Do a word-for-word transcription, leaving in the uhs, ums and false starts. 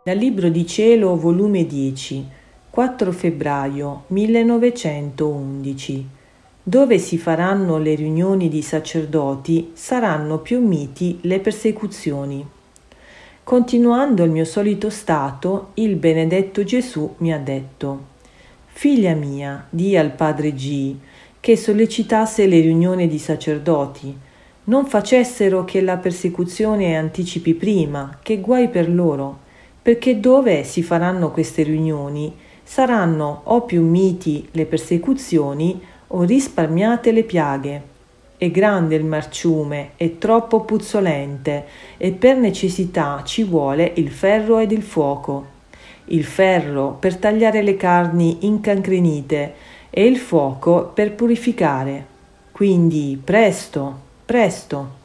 Dal Libro di Cielo, volume dieci, quattro febbraio millenovecentoundici. Dove si faranno le riunioni di sacerdoti saranno più miti le persecuzioni. Continuando il mio solito stato, il benedetto Gesù mi ha detto: «Figlia mia, di al padre G che sollecitasse le riunioni di sacerdoti, non facessero che la persecuzione anticipi prima, che guai per loro, perché dove si faranno queste riunioni saranno o più miti le persecuzioni o risparmiate le piaghe. È grande il marciume, è troppo puzzolente e per necessità ci vuole il ferro ed il fuoco. Il ferro per tagliare le carni incancrenite e il fuoco per purificare. Quindi presto, presto!»